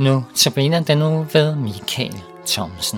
Nu tabiner den nu ved Michael Thomsen.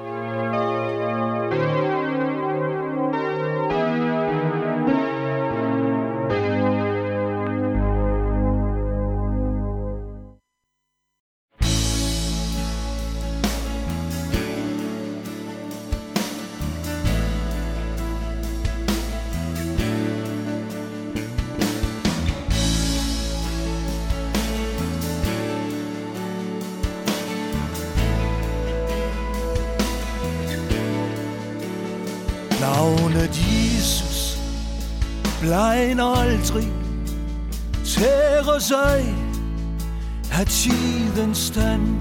Navnet Jesus blegner aldrig, tærer sig af tidens stand.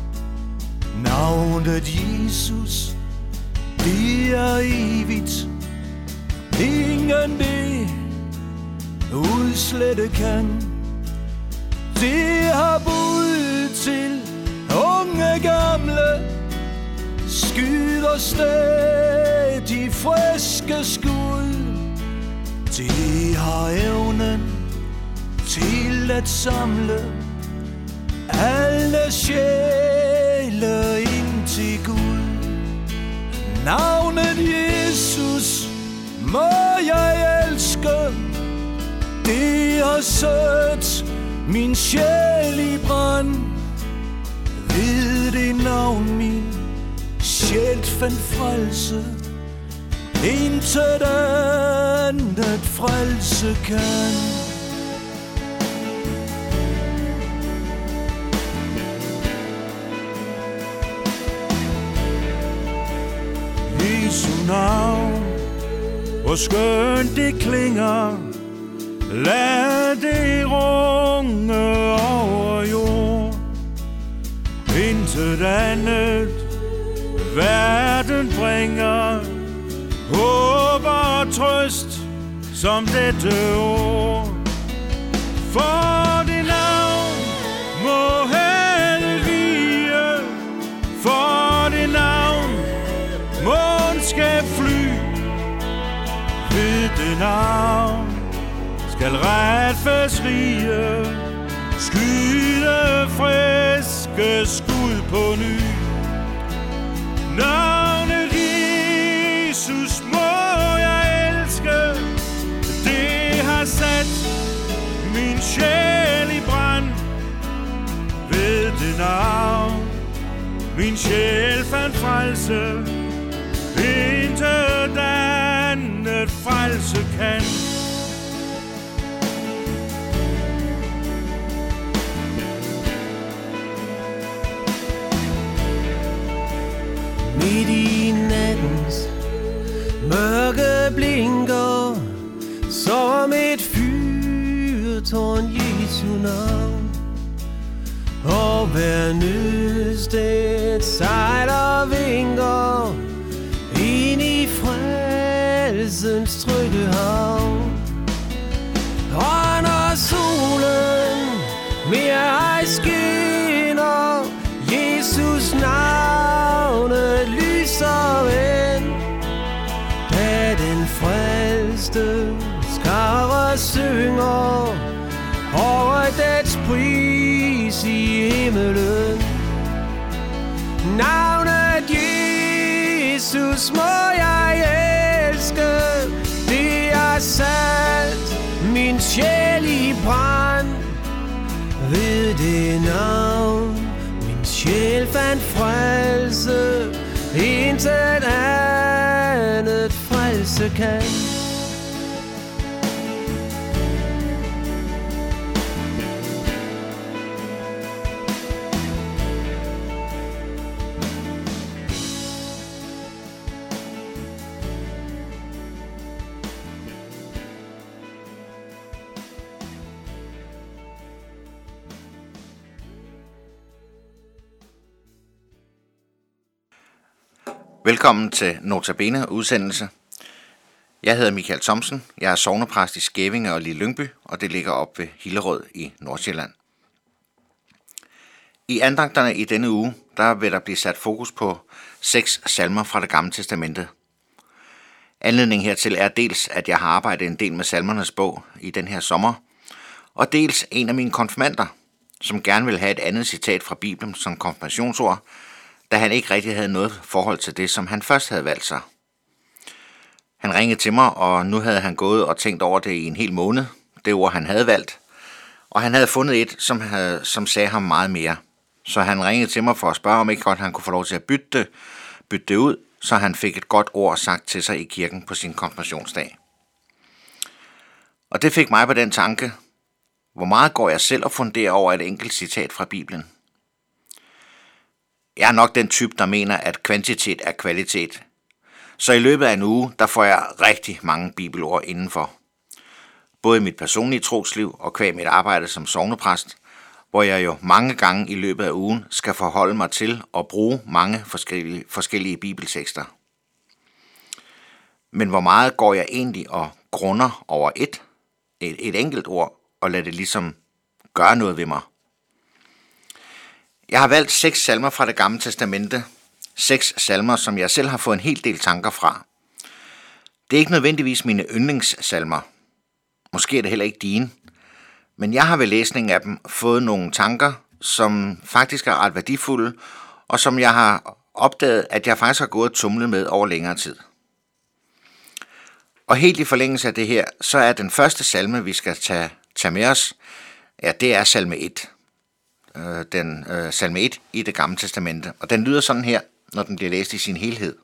Navnet Jesus, det er evigt, ingen det udslette kan. Det har bud til unge gamle, skyder stadig friske skud. Det har evnen til at samle alle sjæle ind til Gud. Navnet Jesus må jeg elske, det har sat min sjæl i brand. Ved det navn min sjæl fandt frelse, intet andet frelse kan. Jesu navn, hvor skønt det klinger, lad det runge over jord. Intet andet verden bringer, håb og trøst som dette ord. For det navn må Herren vige, for det navn månen skal fly. Ved det navn skal retfærdsrige skyde friske skud på ny. Navnet Jesus må jeg elske, det har sat min sjæl i brand. Ved det navn min sjæl fandt frelse, intet andet frelse kan. Midt i nattens mørke blinker som et fyrtårn Jesu navn. Og hver nødsted sejler vinker ind i frelsens trygge havn. Og når solen mere ej skinner, Jesus navnet lyser ind. Da den frelste skare synger over dets pris i himmelen. Navnet Jesus må jeg elske, det har sat min sjæl i brand. Ved det navn min sjæl fandt frelse, intet andet frelse kan. Velkommen til Notabene udsendelse. Jeg hedder Michael Thomsen. Jeg er sognepræst i Skævinge og Lille Lyngby, og det ligger op ved Hillerød i Nordsjælland. I andagterne i denne uge, der vil der blive sat fokus på 6 salmer fra Det Gamle Testamente. Anledningen hertil er dels, at jeg har arbejdet en del med salmernes bog i den her sommer, og dels en af mine konfirmander, som gerne ville have et andet citat fra Bibelen som konfirmationsord, da han ikke rigtig havde noget forhold til det, som han først havde valgt sig. Han ringede til mig, og nu havde han gået og tænkt over det i en hel måned, det ord han havde valgt, og han havde fundet et, som sagde ham meget mere. Så han ringede til mig for at spørge, om ikke godt han kunne få lov til at bytte det ud, så han fik et godt ord sagt til sig i kirken på sin konfirmationsdag. Og det fik mig på den tanke, hvor meget går jeg selv og funderer over et enkelt citat fra Bibelen. Jeg er nok den type, der mener, at kvantitet er kvalitet. Så i løbet af en uge, der får jeg rigtig mange bibelord indenfor. Både i mit personlige trosliv og qua mit arbejde som sognepræst, hvor jeg jo mange gange i løbet af ugen skal forholde mig til at bruge mange forskellige bibeltekster. Men hvor meget går jeg egentlig og grunder over et enkelt ord, og lader det ligesom gøre noget ved mig? Jeg har valgt 6 salmer fra Det Gamle Testamente. 6 salmer, som jeg selv har fået en hel del tanker fra. Det er ikke nødvendigvis mine yndlingssalmer. Måske er det heller ikke dine. Men jeg har ved læsningen af dem fået nogle tanker, som faktisk er ret værdifulde, og som jeg har opdaget, at jeg faktisk har gået og tumlet med over længere tid. Og helt i forlængelse af det her, så er den første salme, vi skal tage med os, ja, det er salme 1. Salme 1 i Det Gamle Testamente. Og den lyder sådan her, når den bliver læst i sin helhed.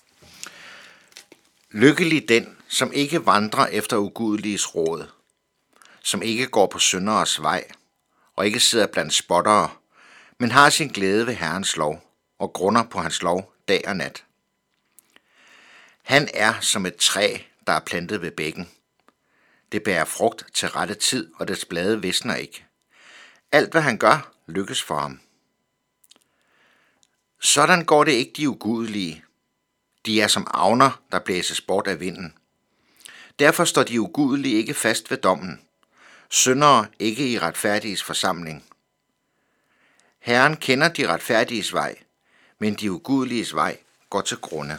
Lykkelig den, som ikke vandrer efter ugudeliges råd, som ikke går på synderes vej, og ikke sidder blandt spottere, men har sin glæde ved Herrens lov, og grunder på hans lov dag og nat. Han er som et træ, der er plantet ved bækken. Det bærer frugt til rette tid, og dets blade visner ikke. Alt hvad han gør, lykkes for ham. Sådan går det ikke de ugudelige. De er som avner, der blæses bort af vinden. Derfor står de ugudelige ikke fast ved dommen. Syndere ikke i retfærdiges forsamling. Herren kender de retfærdiges vej, men de ugudeliges vej går til grunde.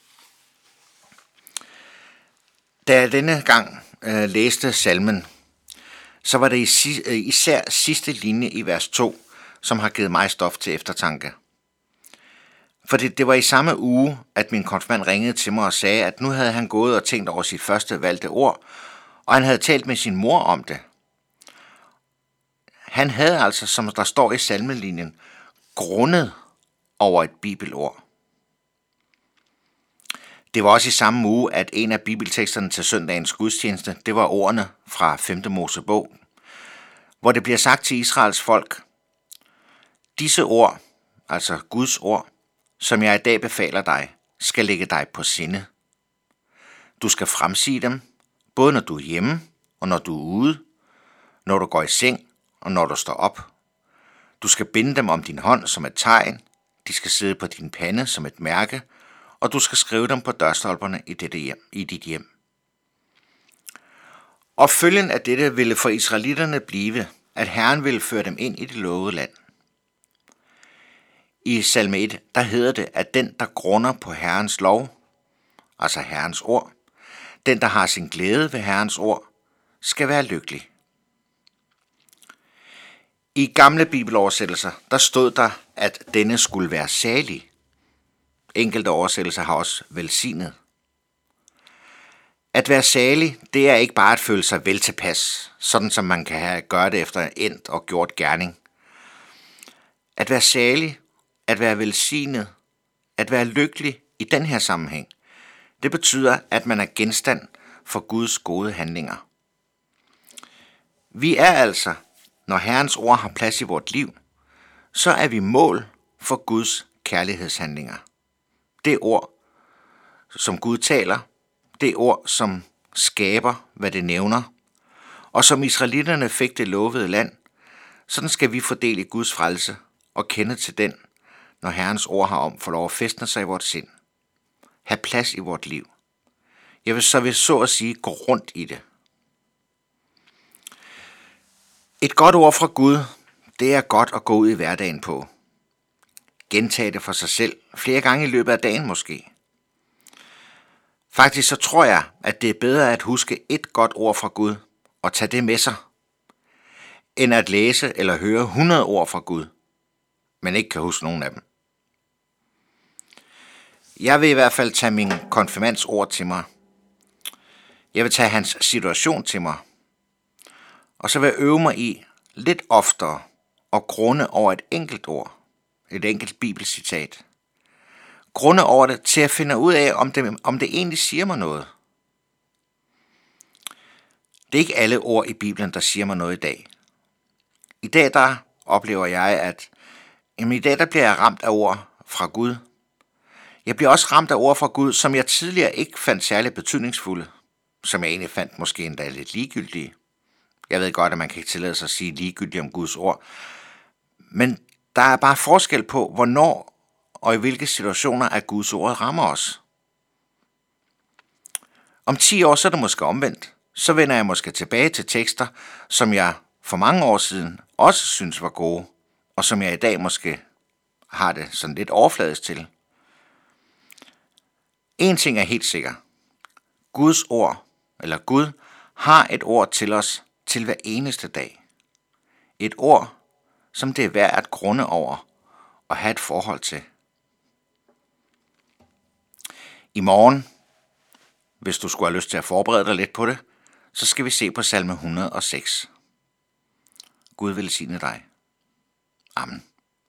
Da jeg denne gang læste salmen, så var det især sidste linje i vers 2, som har givet mig stof til eftertanke. For det var i samme uge, at min konfirmand ringede til mig og sagde, at nu havde han gået og tænkt over sit første valgte ord, og han havde talt med sin mor om det. Han havde altså, som der står i salmelinjen, grundet over et bibelord. Det var også i samme uge, at en af bibelteksterne til søndagens gudstjeneste, det var ordene fra 5. Mosebog, hvor det bliver sagt til Israels folk: disse ord, altså Guds ord, som jeg i dag befaler dig, skal lægge dig på sinde. Du skal fremsige dem, både når du er hjemme og når du er ude, når du går i seng og når du står op. Du skal binde dem om din hånd som et tegn, de skal sidde på din pande som et mærke, og du skal skrive dem på dørstolperne i dit hjem. Og følgen af dette ville for israelitterne blive, at Herren ville føre dem ind i det lovede land. I salme 1, der hedder det, at den, der grunder på Herrens lov, altså Herrens ord, den, der har sin glæde ved Herrens ord, skal være lykkelig. I gamle bibeloversættelser, der stod der, at denne skulle være salig. Enkelte oversættelser har også velsignet. At være salig, det er ikke bare at føle sig vel tilpas, sådan som man kan gøre det efter endt og gjort gerning. At være salig, at være velsignet, at være lykkelig i den her sammenhæng, det betyder, at man er genstand for Guds gode handlinger. Vi er altså, når Herrens ord har plads i vort liv, så er vi mål for Guds kærlighedshandlinger. Det ord, som Gud taler, det ord, som skaber, hvad det nævner, og som israelitterne fik det lovede land, sådan skal vi fordele Guds frelse og kende til den, når Herrens ord har om for lov at fæstne sig i vort sind. Ha' plads i vort liv. Jeg vil så at sige gå rundt i det. Et godt ord fra Gud, det er godt at gå ud i hverdagen på. Gentage det for sig selv flere gange i løbet af dagen måske. Faktisk så tror jeg, at det er bedre at huske et godt ord fra Gud og tage det med sig, end at læse eller høre 100 ord fra Gud, men ikke kan huske nogen af dem. Jeg vil i hvert fald tage min konfirmands ord til mig. Jeg vil tage hans situation til mig. Og så vil jeg øve mig i lidt oftere at grunde over et enkelt ord, et enkelt bibelcitat. Grunde over det til at finde ud af, om det egentlig siger mig noget. Det er ikke alle ord i Bibelen, der siger mig noget i dag. I dag der oplever jeg, at i dag der bliver jeg ramt af ord fra Gud. Jeg bliver også ramt af ord fra Gud, som jeg tidligere ikke fandt særlig betydningsfulde, som jeg egentlig fandt måske endda lidt ligegyldige. Jeg ved godt, at man kan ikke tillade sig at sige ligegyldigt om Guds ord, men der er bare forskel på, hvornår og i hvilke situationer at Guds ord rammer os. Om 10 år så er det måske omvendt. Så vender jeg måske tilbage til tekster, som jeg for mange år siden også synes var gode, og som jeg i dag måske har det sådan lidt overfladisk til. En ting er helt sikker. Guds ord, eller Gud, har et ord til os til hver eneste dag. Et ord, som det er værd at grunde over og have et forhold til. I morgen, hvis du skulle have lyst til at forberede dig lidt på det, så skal vi se på salme 106. Gud velsigne dig. Amen.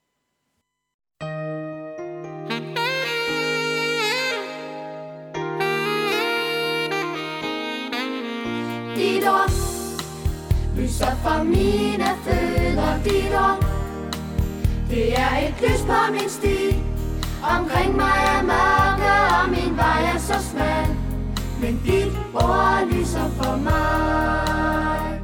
Dit ord lyser for mine fødder, dit ord. Det er et lys på min sti. Omkring mig er mørke, og min vej er så smal. Men dit ord lyser for mig.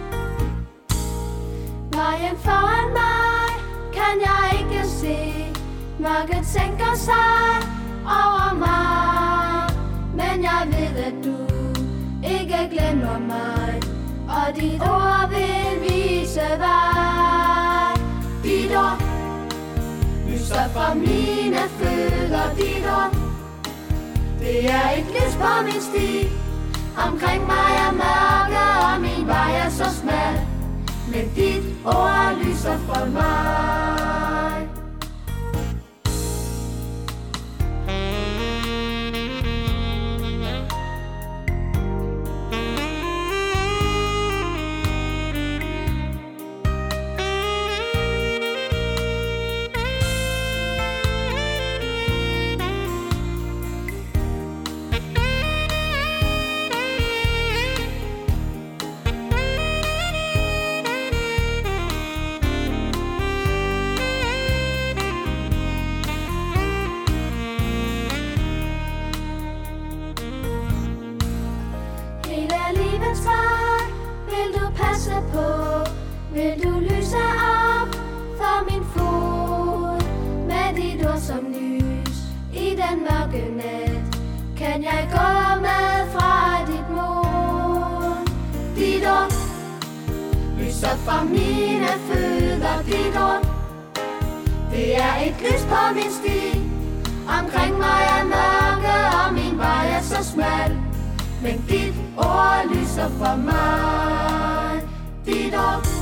Vejen foran mig kan jeg ikke se. Mørket sænker sig over mig. Men jeg ved, at du ikke glemmer mig, og dit ord vil vise vej. Dit ord lyser for mine fødder, dit ord. Det er et lys på min sti. Omkring mig er mørke, og min vej er så smal. Men dit ord lyser for mig. Vil du lyse op for min fod med dit ord som lys i den mørke nat? Kan jeg gå med fra dit mod? Dit ord lyser for mine fødder, dit ord. Det er et lys på min sti. Omkring mig er mørke, og min vej er så smal. Men dit ord lyser for mig. Dit ord